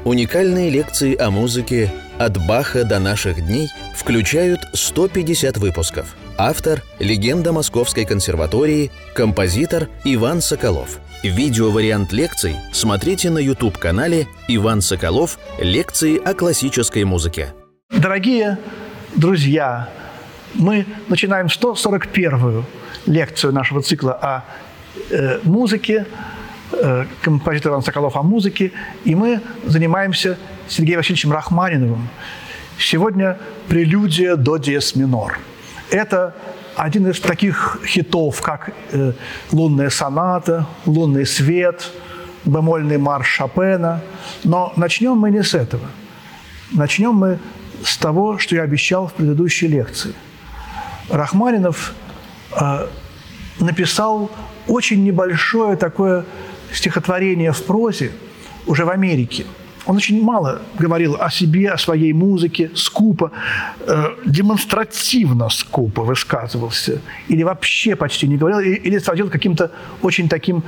Уникальные лекции о музыке «От Баха до наших дней» включают 150 выпусков. Автор – легенда Московской консерватории, композитор Иван Соколов. Видеовариант лекций смотрите на YouTube-канале «Иван Соколов. Лекции о классической музыке». Дорогие друзья, мы начинаем 141-ю лекцию нашего цикла о музыке, композитор Иван Соколов о музыке, и мы занимаемся Сергеем Васильевичем Рахманиновым. Сегодня прелюдия до диез минор. Это один из таких хитов, как «Лунная соната», «Лунный свет», бемольный марш Шопена. Но начнем мы не с этого. Начнем мы с того, что я обещал в предыдущей лекции. Рахманинов написал очень небольшое такое стихотворение в прозе уже в Америке. Он очень мало говорил о себе, о своей музыке, скупо, демонстративно скупо высказывался, или вообще почти не говорил, или сводил к каким-то очень таким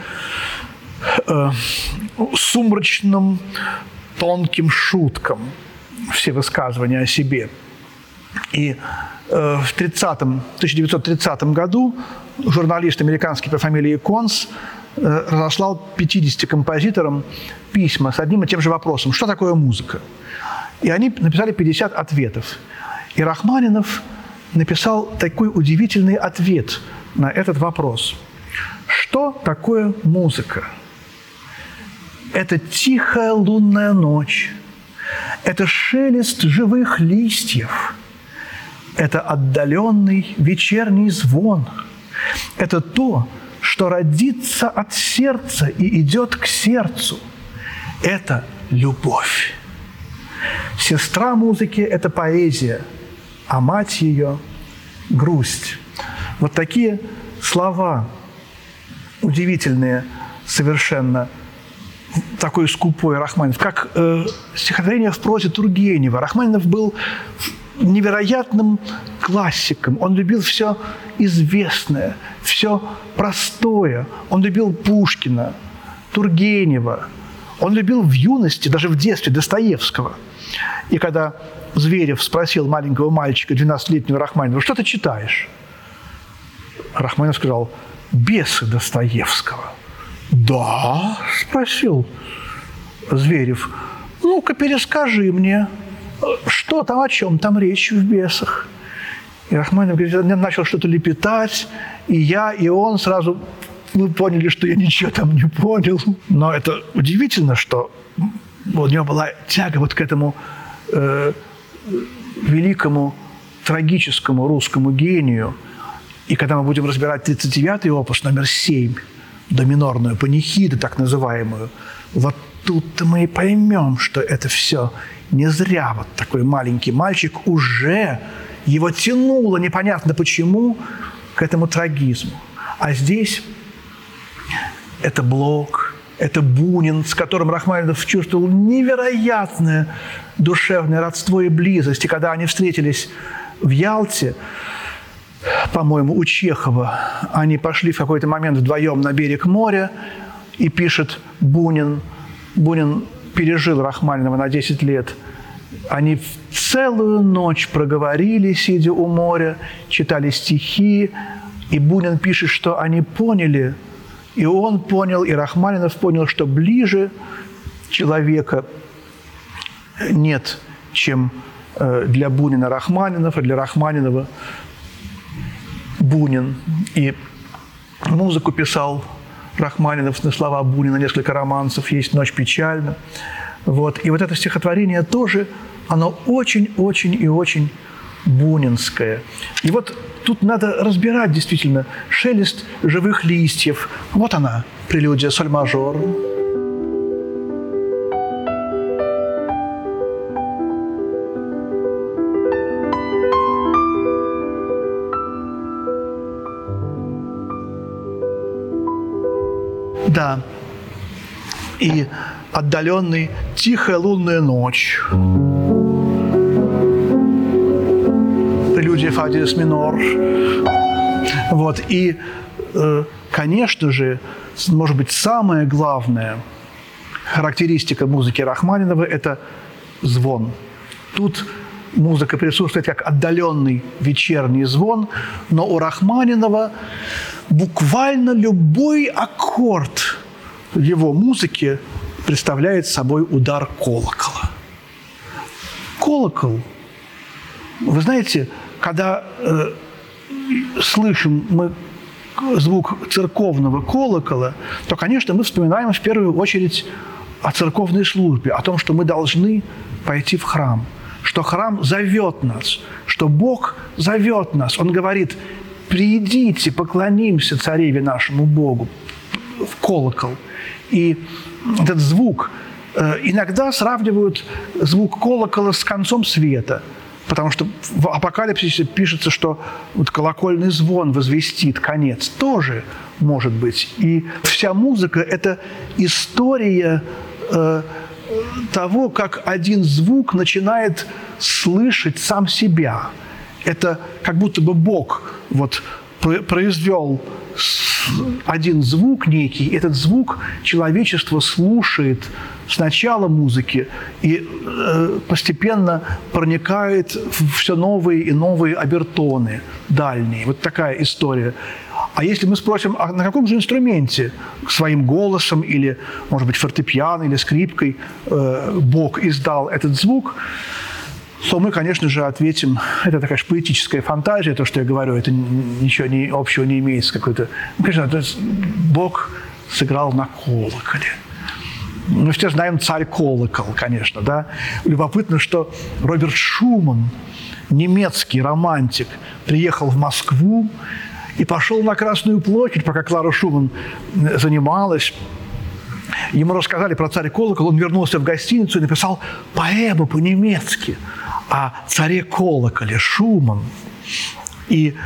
сумрачным, тонким шуткам все высказывания о себе. И в 1930 году журналист американский по фамилии Конс разослал 50 композиторам письма с одним и тем же вопросом: что такое музыка? И они написали 50 ответов. И Рахманинов написал такой удивительный ответ на этот вопрос. Что такое музыка? Это тихая лунная ночь, это шелест живых листьев, это отдаленный вечерний звон, это то, что родится от сердца и идет к сердцу. Это любовь. Сестра музыки – это поэзия, а мать ее – грусть. Вот такие слова, удивительные совершенно, такой скупой Рахманинов, как стихотворение в прозе Тургенева. Рахманинов был невероятным классиком. Он любил все известное, все простое. Он любил Пушкина, Тургенева. Он любил в юности, даже в детстве, Достоевского. И когда Зверев спросил маленького мальчика, 12-летнего Рахманинова: что ты читаешь? Рахманинов сказал: «Бесы» Достоевского. «Да?» – спросил Зверев. «Ну-ка, перескажи мне, что там, о чем там речь в «Бесах»?» И Рахманинов начал что-то лепетать, и я, и он сразу мы поняли, что я ничего там не понял. Но это удивительно, что у него была тяга вот к этому великому, трагическому русскому гению. И когда мы будем разбирать 39-й опус, номер 7, до минорную панихиду, так называемую, вот тут-то мы и поймем, что это все не зря вот такой маленький мальчик уже его тянуло, непонятно почему, к этому трагизму. А здесь это Блок, это Бунин, с которым Рахманинов чувствовал невероятное душевное родство и близость. И когда они встретились в Ялте, по-моему, у Чехова, они пошли в какой-то момент вдвоем на берег моря, и пишет Бунин пережил Рахманинова на 10 лет. Они целую ночь проговорили, сидя у моря, читали стихи, и Бунин пишет, что они поняли, и он понял, и Рахманинов понял, что ближе человека нет, чем для Бунина Рахманинов, а для Рахманинова Бунин. И музыку писал Рахманинов на слова Бунина, несколько романсов, есть «Ночь печальна». Вот. И вот это стихотворение тоже, оно очень-очень и очень бунинское. И вот тут надо разбирать действительно шелест живых листьев. Вот она, прелюдия соль-мажор. Да. И отдаленный «Тихая лунная ночь». Прелюдия фа диез минор. Вот. И, конечно же, может быть, самое главное характеристика музыки Рахманинова – это звон. Тут музыка присутствует как отдаленный вечерний звон, но у Рахманинова буквально любой аккорд его музыки представляет собой удар колокола. Колокол, вы знаете, когда слышим мы звук церковного колокола, то, конечно, мы вспоминаем в первую очередь о церковной службе, о том, что мы должны пойти в храм, что храм зовет нас, что Бог зовет нас. Он говорит: «Придите, поклонимся цареве нашему Богу», в колокол. И этот звук иногда сравнивают звук колокола с концом света, потому что в Апокалипсисе пишется, что вот колокольный звон возвестит конец. Тоже может быть. И вся музыка – это история того, как один звук начинает слышать сам себя. Это как будто бы Бог вот произвел один звук некий, этот звук человечество слушает с начала музыки и постепенно проникает в все новые и новые обертоны дальние. Вот такая история. А если мы спросим, а на каком же инструменте своим голосом или, может быть, фортепиано или скрипкой Бог издал этот звук, то мы, конечно же, ответим, это такая же поэтическая фантазия, то, что я говорю, это ничего общего не имеет с какой-то... Ну, конечно, то есть Бог сыграл на колоколе. Мы все знаем «Царь колокол», конечно, да. Любопытно, что Роберт Шуман, немецкий романтик, приехал в Москву и пошел на Красную площадь, пока Клара Шуман занималась. Ему рассказали про «Царь колокол», он вернулся в гостиницу и написал поэму по-немецки о царе колоколе Шуман. И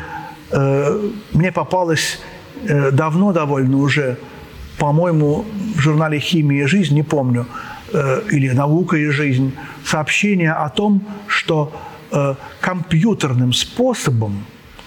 мне попалось давно довольно уже, по-моему, в журнале «Химия и жизнь», не помню, или «Наука и жизнь», сообщение о том, что компьютерным способом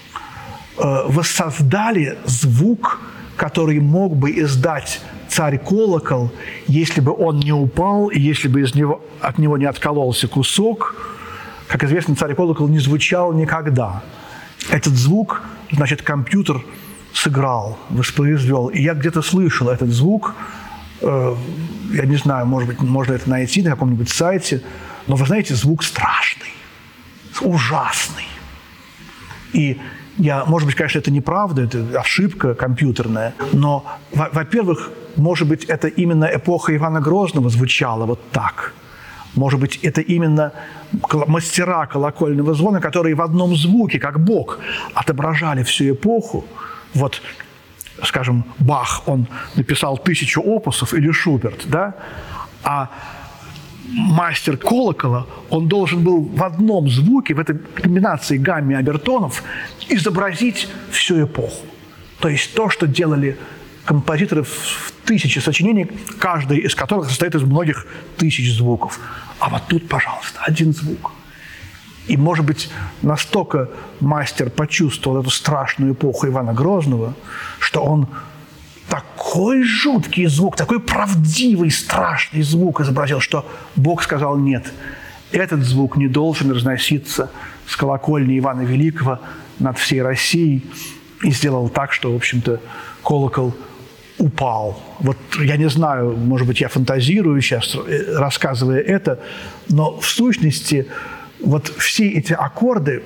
воссоздали звук, который мог бы издать царь-колокол, если бы он не упал, и если бы от него не откололся кусок. Как известно, царь-колокол не звучал никогда. Этот звук, значит, компьютер сыграл, воспроизвел. И я где-то слышал этот звук, я не знаю, может быть, можно это найти на каком-нибудь сайте, но, вы знаете, звук страшный, ужасный. И может быть, конечно, это неправда, это ошибка компьютерная, но, во-первых, может быть, это именно эпоха Ивана Грозного звучала вот так. Может быть, это именно мастера колокольного звона, которые в одном звуке, как Бог, отображали всю эпоху. Вот, скажем, Бах, он написал 1000 опусов, или Шуберт, да? А мастер колокола, он должен был в одном звуке, в этой комбинации гамме обертонов, изобразить всю эпоху. То есть то, что делали композиторы в 1000 сочинений, каждый из которых состоит из многих тысяч звуков. А вот тут, пожалуйста, один звук. И, может быть, настолько мастер почувствовал эту страшную эпоху Ивана Грозного, что он такой жуткий звук, такой правдивый, страшный звук изобразил, что Бог сказал: нет, этот звук не должен разноситься с колокольни Ивана Великого над всей Россией, и сделал так, что, в общем-то, колокол упал. Вот я не знаю, может быть, я фантазирую сейчас, рассказывая это, но в сущности вот все эти аккорды,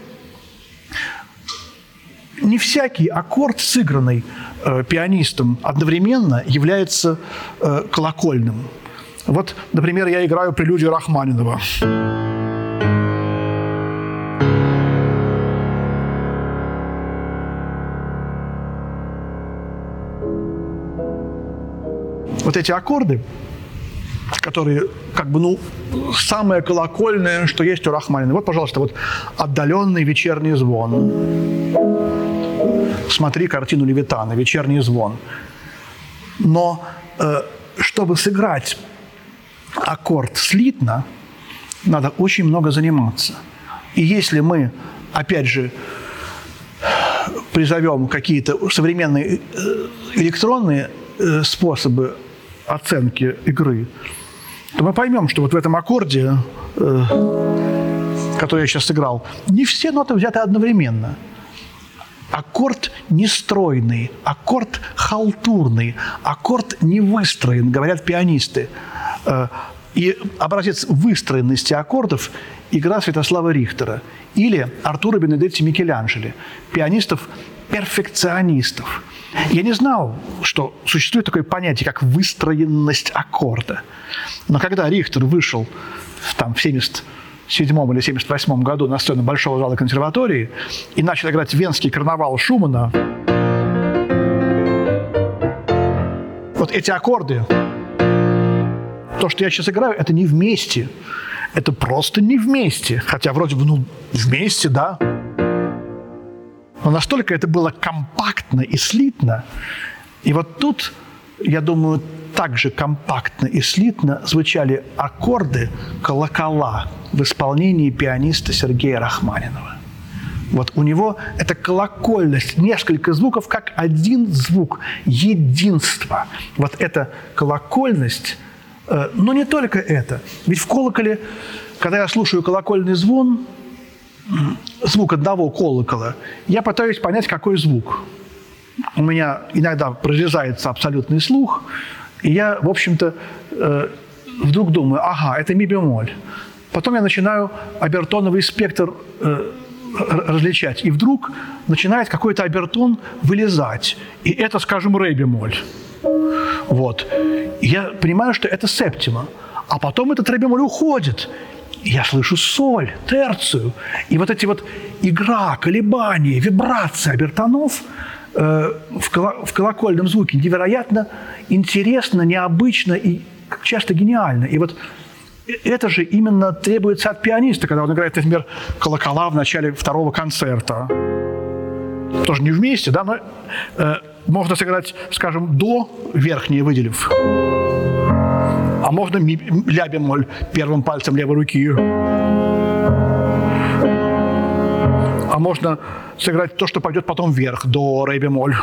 не всякий аккорд, сыгранный пианистом одновременно, является колокольным. Вот, например, я играю прелюдию Рахманинова. Вот эти аккорды, которые как бы, самое колокольное, что есть у Рахманинова. Вот, пожалуйста, вот отдаленный вечерний звон. Смотри картину Левитана, вечерний звон. Но чтобы сыграть аккорд слитно, надо очень много заниматься. И если мы, опять же, призовем какие-то современные электронные способы оценки игры, то мы поймем, что вот в этом аккорде, который я сейчас сыграл, не все ноты взяты одновременно. Аккорд нестройный, аккорд халтурный, аккорд не выстроен, говорят пианисты. И образец выстроенности аккордов – игра Святослава Рихтера или Артура Бенедетти Микеланджело, пианистов-перфекционистов. Я не знал, что существует такое понятие, как выстроенность аккорда. Но когда Рихтер вышел там, в 1977 или 1978 году на сцену Большого зала консерватории и начал играть «Венский карнавал» Шумана, вот эти аккорды, то, что я сейчас играю, это не вместе. Это просто не вместе. Хотя вроде бы, вместе, да. Но настолько это было компактно и слитно. И вот тут, я думаю, также компактно и слитно звучали аккорды колокола в исполнении пианиста Сергея Рахманинова. Вот у него эта колокольность, несколько звуков, как один звук, единство. Вот эта колокольность, но не только это. Ведь в колоколе, когда я слушаю колокольный звон, звук одного колокола, я пытаюсь понять, какой звук. У меня иногда прорезается абсолютный слух, и я, в общем-то, вдруг думаю, ага, это ми-бемоль. Потом я начинаю обертоновый спектр различать, и вдруг начинает какой-то обертон вылезать. И это, скажем, ре-бемоль. Вот. И я понимаю, что это септима. А потом этот ре-бемоль уходит. И я слышу соль, терцию. И вот эти вот игра, колебания, вибрации обертонов в колокольном звуке невероятно интересно, необычно и часто гениально. И вот это же именно требуется от пианиста, когда он играет, например, колокола в начале второго концерта. Тоже не вместе, да, но можно сыграть, скажем, до верхнее выделив. А можно ля-бемоль первым пальцем левой руки. А можно сыграть то, что пойдет потом вверх, до ре-бемоль.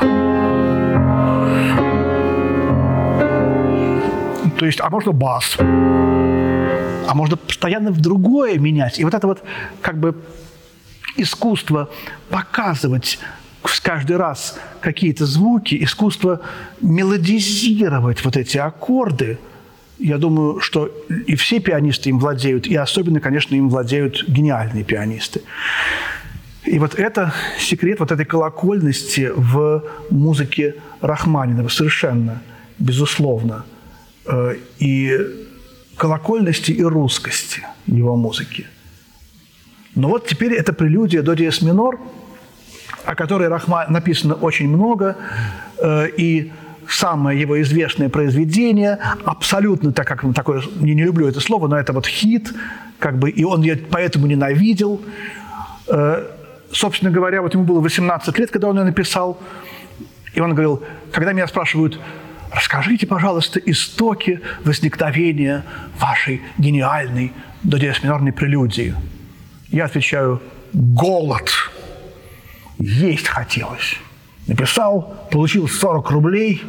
То есть, а можно бас. А можно постоянно в другое менять. И вот это вот как бы искусство показывать каждый раз какие-то звуки, искусство мелодизировать вот эти аккорды, я думаю, что и все пианисты им владеют, и особенно, конечно, им владеют гениальные пианисты. И вот это секрет вот этой колокольности в музыке Рахманинова совершенно, безусловно. И колокольности и русскости его музыки. Но вот теперь это прелюдия до диез минор, о которой написано очень много, и самое его известное произведение, абсолютно, так как такое, не люблю это слово, но это вот хит, как бы, и он ее поэтому ненавидел. Собственно говоря, вот ему было 18 лет, когда он ее написал, и он говорил, когда меня спрашивают, расскажите, пожалуйста, истоки возникновения вашей гениальной до диез минорной прелюдии. Я отвечаю, голод. Есть хотелось. Написал, получил 40 рублей,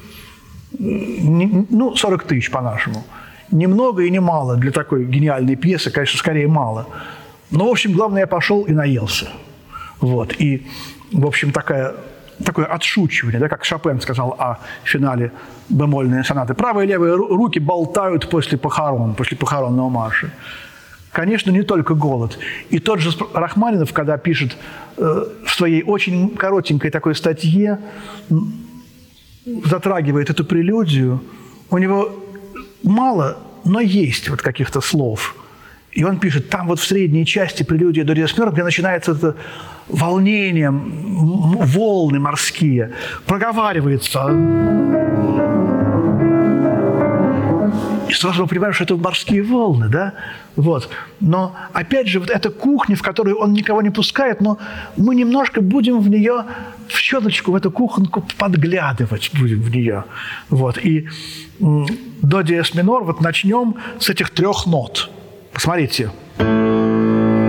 40 тысяч по-нашему. Ни много и ни мало для такой гениальной пьесы, конечно, скорее мало. Но, в общем, главное, я пошел и наелся. Вот. И, в общем, такое отшучивание, да, как Шопен сказал о финале бемольной сонаты. Правые и левые руки болтают после похоронного марша. Конечно, не только голод. И тот же Рахманинов, когда пишет в своей очень коротенькой такой статье, затрагивает эту прелюдию, у него мало, но есть вот каких-то слов. И он пишет, там вот в средней части прелюдии до диез минор, где начинается это волнение, волны морские, проговаривается. И сразу мы понимаем, что это морские волны, да? Вот. Но, опять же, вот эта кухня, в которую он никого не пускает, но мы немножко будем в нее, в щелочку, в эту кухонку подглядывать будем в нее. Вот. И до диез минор вот начнем с этих 3 нот. Посмотрите.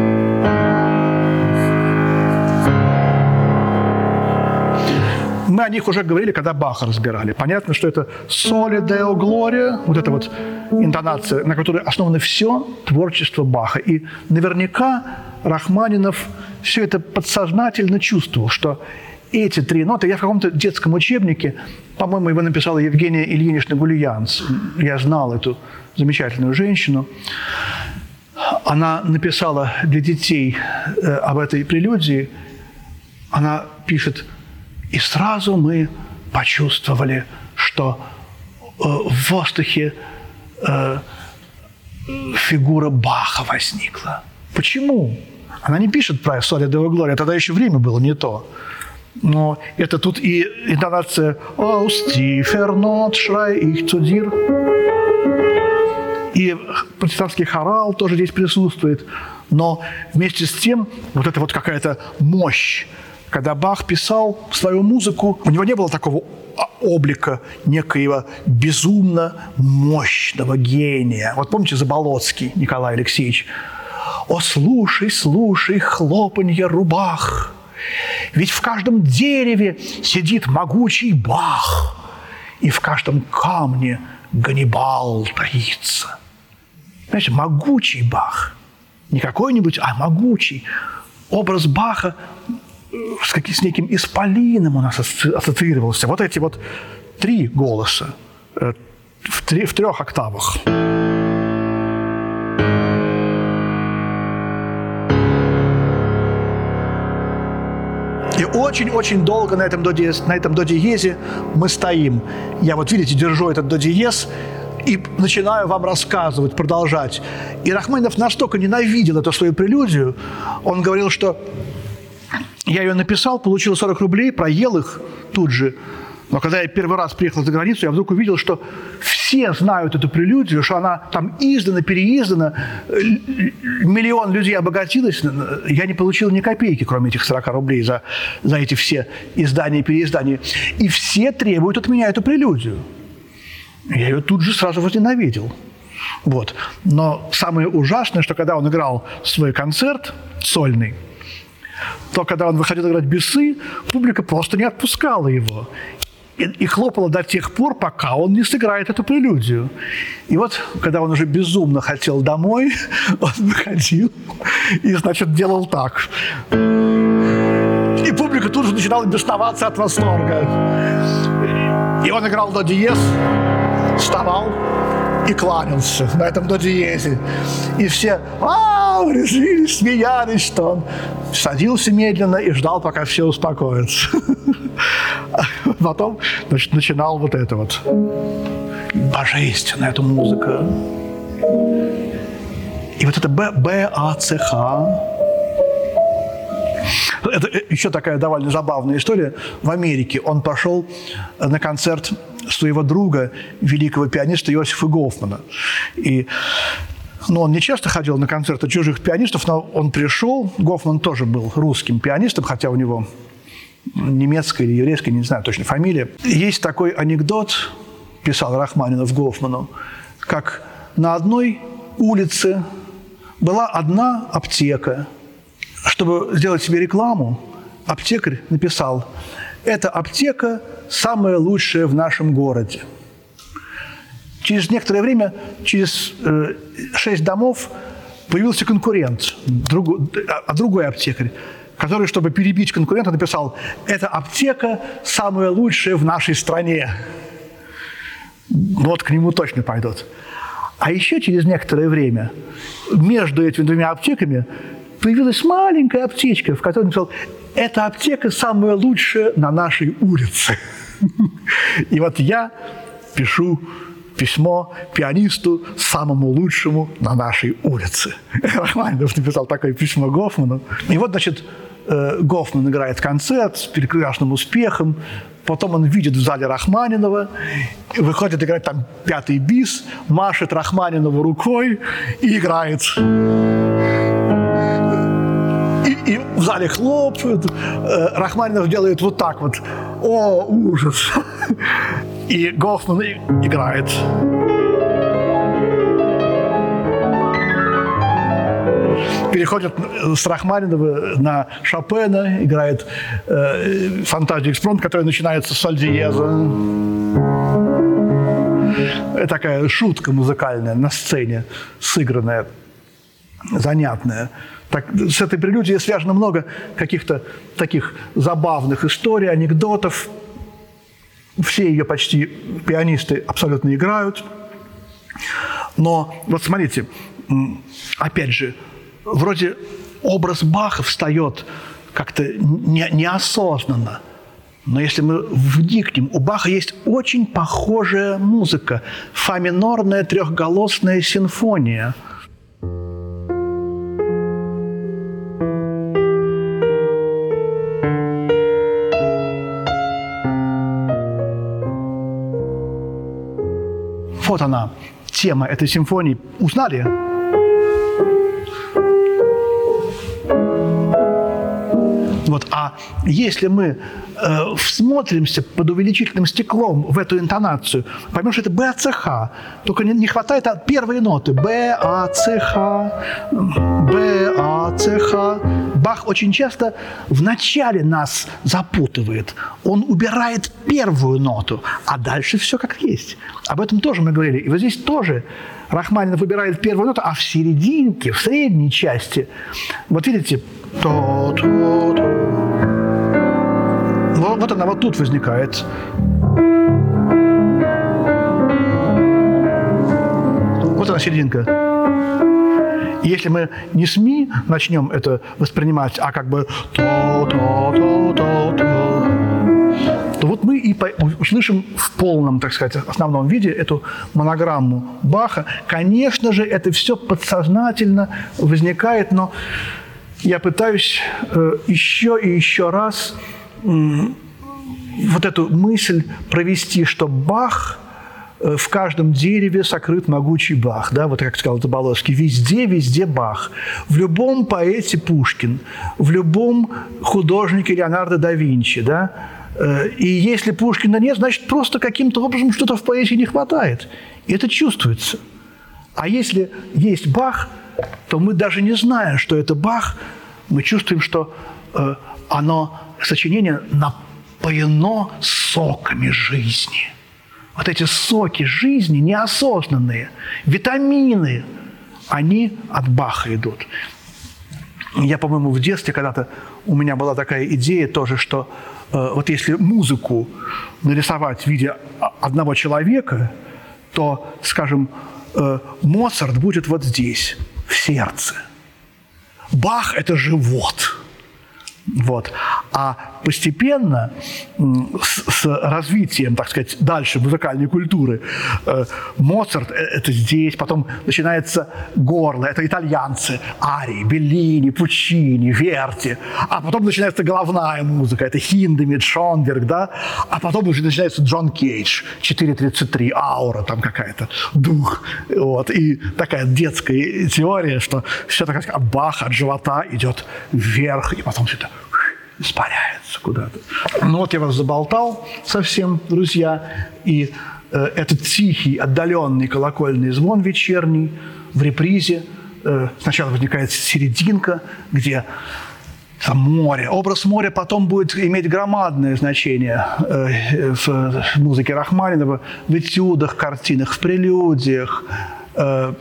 Мы о них уже говорили, когда Баха разбирали. Понятно, что это «Soli Deo Gloria», вот эта вот интонация, на которой основано все творчество Баха. И наверняка Рахманинов все это подсознательно чувствовал, что эти три ноты, я в каком-то детском учебнике, по-моему, его написала Евгения Ильинична Гульянц. Я знал эту замечательную женщину. Она написала для детей об этой прелюдии. Она пишет: «И сразу мы почувствовали, что в воздухе фигура Баха возникла». Почему? Она не пишет про «Soli Deo Gloria», тогда еще время было не то. Но это тут и интонация «Aus tiefer Not schrei ich zu dir». И протестантский хорал тоже здесь присутствует. Но вместе с тем вот это вот какая-то мощь. Когда Бах писал свою музыку, у него не было такого облика некоего безумно мощного гения. Вот помните Заболоцкий Николай Алексеевич? «О, слушай, слушай, хлопанье рубах, ведь в каждом дереве сидит могучий Бах, и в каждом камне Ганнибал таится». Знаете, могучий Бах. Не какой-нибудь, а могучий. Образ Баха с неким исполином у нас ассоциировался. Вот эти вот три голоса в трех октавах. И очень-очень долго на этом до диезе мы стоим. Я вот, видите, держу этот до диез и начинаю вам рассказывать, продолжать. И Рахманинов настолько ненавидел эту свою прелюдию, он говорил, что я ее написал, получил 40 рублей, проел их тут же. Но когда я первый раз приехал за границу, я вдруг увидел, что все знают эту прелюдию, что она там издана, переиздана, миллион людей обогатилось. Я не получил ни копейки, кроме этих 40 рублей за эти все издания и переиздания. И все требуют от меня эту прелюдию. Я ее тут же сразу возненавидел. Вот. Но самое ужасное, что когда он играл свой концерт сольный, то когда он выходил играть бесы, публика просто не отпускала его. И хлопала до тех пор, пока он не сыграет эту прелюдию. И вот, когда он уже безумно хотел домой, он выходил и, значит, делал так. И публика тут же начинала бесноваться от восторга. И он играл до диез, вставал и кланялся на этом до диезе. И все режились, смеялись, что он садился медленно и ждал, пока все успокоятся. Потом, значит, начинал вот это вот. Божественная эта музыка. И вот это Б-А-Ц-Х. Это еще такая довольно забавная история. В Америке он пошел на концерт своего друга, великого пианиста Иосифа Гофмана. Он не часто ходил на концерты чужих пианистов, но он пришел. Гофман тоже был русским пианистом, хотя у него немецкая или еврейская, не знаю точно, фамилия. Есть такой анекдот, писал Рахманинов Гофману, как на одной улице была одна аптека. Чтобы сделать себе рекламу, аптекарь написал: «Эта аптека самая лучшая в нашем городе». Через некоторое время, через 6 домов, появился конкурент, другой аптекарь, который, чтобы перебить конкурента, написал: «Эта аптека самая лучшая в нашей стране». Вот к нему точно пойдут. А еще через некоторое время между этими двумя аптеками появилась маленькая аптечка, в которой написал: «Эта аптека самая лучшая на нашей улице». И вот я пишу письмо пианисту самому лучшему на нашей улице. Рахманинов написал такое письмо Гофману. И вот, значит, Гофман играет концерт с прекрасным успехом. Потом он видит в зале Рахманинова, выходит играть там 5-й бис, машет Рахманинову рукой и играет. И в зале хлопают. Рахманинов делает вот так вот. О, ужас! И Гофман играет. переходит с Рахманинова на Шопена, играет фантазию экспромт, которая начинается с соль диеза. Это такая шутка музыкальная на сцене, сыгранная, занятная. Так, с этой прелюдией связано много каких-то таких забавных историй, анекдотов. Все ее почти пианисты абсолютно играют. Но вот смотрите, опять же, вроде образ Баха встает как-то неосознанно. Но если мы вникнем, у Баха есть очень похожая музыка. Фа минорная трехголосная симфония. Вот она, тема этой симфонии. Узнали? Вот. А если мы всмотримся под увеличительным стеклом в эту интонацию, поймем, что это БАЦХ, только не хватает первой ноты. БАЦХ, БАЦХ. Бах очень часто в начале нас запутывает. Он убирает первую ноту, а дальше все как есть. Об этом тоже мы говорили. И вот здесь тоже Рахманинов выбирает первую ноту, а в серединке, в средней части, вот видите, вот она вот тут возникает. Вот она серединка. И если мы не с ми начнем это воспринимать, а как бы то вот мы и услышим в полном, так сказать, основном виде эту монограмму Баха. Конечно же, это все подсознательно возникает, но я пытаюсь еще и еще раз вот эту мысль провести, что Бах, в каждом дереве сокрыт могучий Бах. Да? Вот как сказал Тоболоцкий, везде Бах. В любом поэте Пушкин, в любом художнике Леонардо да Винчи. Да? И если Пушкина нет, значит, просто каким-то образом что-то в поэзии не хватает. И это чувствуется. А если есть Бах, то мы даже не зная, что это Бах, мы чувствуем, что сочинение напоено соками жизни. Вот эти соки жизни неосознанные, витамины, они от Баха идут. Я, по-моему, в детстве когда-то у меня была такая идея тоже, что вот если музыку нарисовать в виде одного человека, то, скажем, Моцарт будет вот здесь, в сердце. Бах – это живот. Вот. А постепенно с развитием, так сказать, дальше музыкальной культуры Моцарт – это здесь, потом начинается горло, это итальянцы, арии, Беллини, Пуччини, Верти, а потом начинается головная музыка, это Хиндемит, Шонберг, да, а потом уже начинается Джон Кейдж, 4:33, аура там какая-то, дух, вот, и такая детская теория, что все так сказать, от Баха, от живота идет вверх, и потом все это испаряется куда-то. Ну вот я вас заболтал совсем, друзья, и этот тихий, отдаленный колокольный звон вечерний в репризе. Сначала возникает серединка, где там море. Образ моря потом будет иметь громадное значение в музыке Рахманинова, в этюдах, картинах, в прелюдиях, в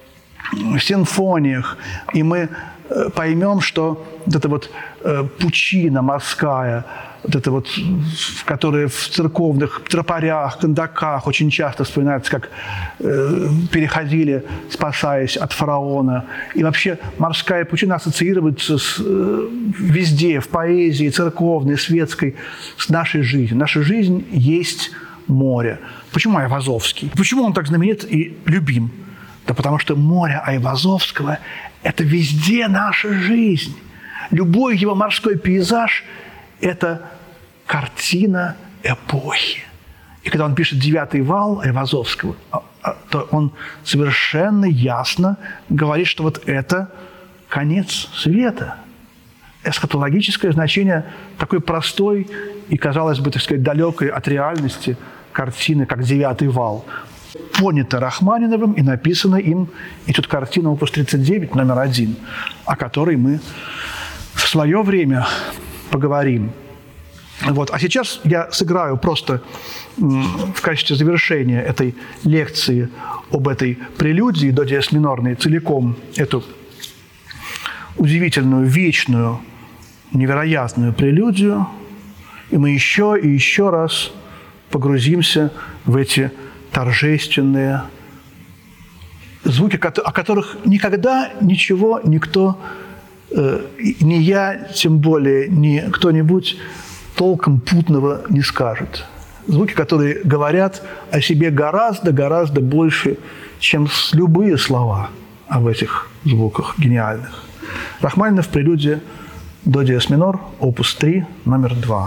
симфониях. И мы поймем, что вот эта вот пучина морская, вот это вот, которая в церковных тропарях, кондаках очень часто вспоминается, как переходили, спасаясь от фараона. И вообще морская пучина ассоциируется везде, в поэзии, церковной, светской, с нашей жизнью. Наша жизнь есть море. Почему Айвазовский? Почему он так знаменит и любим? Да потому что море Айвазовского – это везде наша жизнь. Любой его морской пейзаж – это картина эпохи. И когда он пишет «Девятый вал» Айвазовского, то он совершенно ясно говорит, что вот это конец света. Эсхатологическое значение такой простой и, казалось бы, так сказать, далекой от реальности картины, как «Девятый вал». понято Рахманиновым и написано им. И тут картина опус 39, номер 1, о которой мы в свое время поговорим. Вот. А сейчас я сыграю просто в качестве завершения этой лекции об этой прелюдии до диез минорной целиком эту удивительную, вечную, невероятную прелюдию, и мы еще и еще раз погрузимся в эти торжественные звуки, о которых никогда ничего никто, ни я, тем более, ни кто-нибудь толком путного не скажет. Звуки, которые говорят о себе гораздо больше, чем любые слова об этих звуках гениальных. Рахманинов, прелюдия до диез минор, опус 3, номер 2.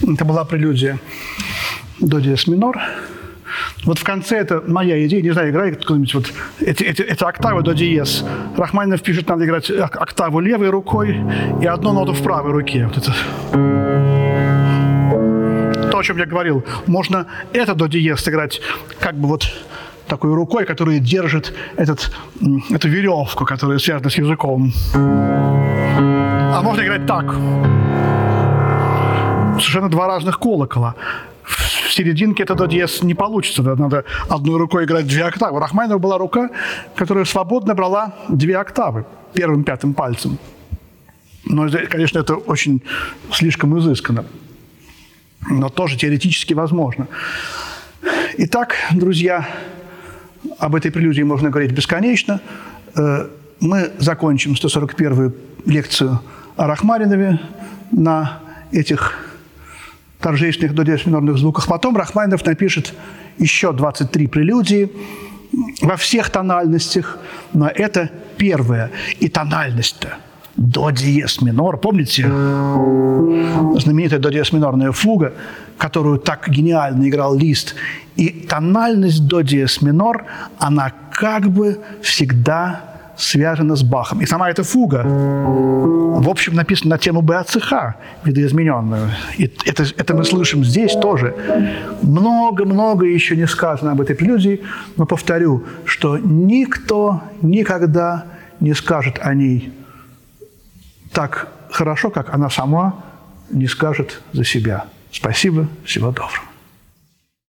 Это была прелюдия до диез минор. Вот в конце это моя идея, не знаю, играет кто-нибудь вот эти октавы до диез. Рахманинов пишет, надо играть октаву левой рукой и одну ноту в правой руке. Вот это. То, о чем я говорил, можно это до диез сыграть как бы вот такой рукой, которая держит эту веревку, которая связана с языком. А можно играть так. Совершенно два разных колокола. В серединке это до диез не получится. Надо одной рукой играть 2 октавы. У Рахманинова была рука, которая свободно брала 2 октавы первым, пятым пальцем. Но, конечно, это очень слишком изысканно. Но тоже теоретически возможно. Итак, друзья, об этой прелюдии можно говорить бесконечно. Мы закончим 141-ю лекцию о Рахманинове на этих торжественных до диез минорных звуках. Потом Рахманинов напишет еще 23 прелюдии во всех тональностях, но это первая. И тональность-то до диез минор. Помните знаменитая до диез минорная фуга, которую так гениально играл Лист? И тональность до диез минор, она как бы всегда связана с Бахом. И сама эта фуга, в общем, написана на тему БАЦХ, видоизмененную. И это мы слышим здесь тоже. Много-много еще не сказано об этой прелюдии, но повторю, что никто никогда не скажет о ней так хорошо, как она сама не скажет за себя. Спасибо, всего доброго.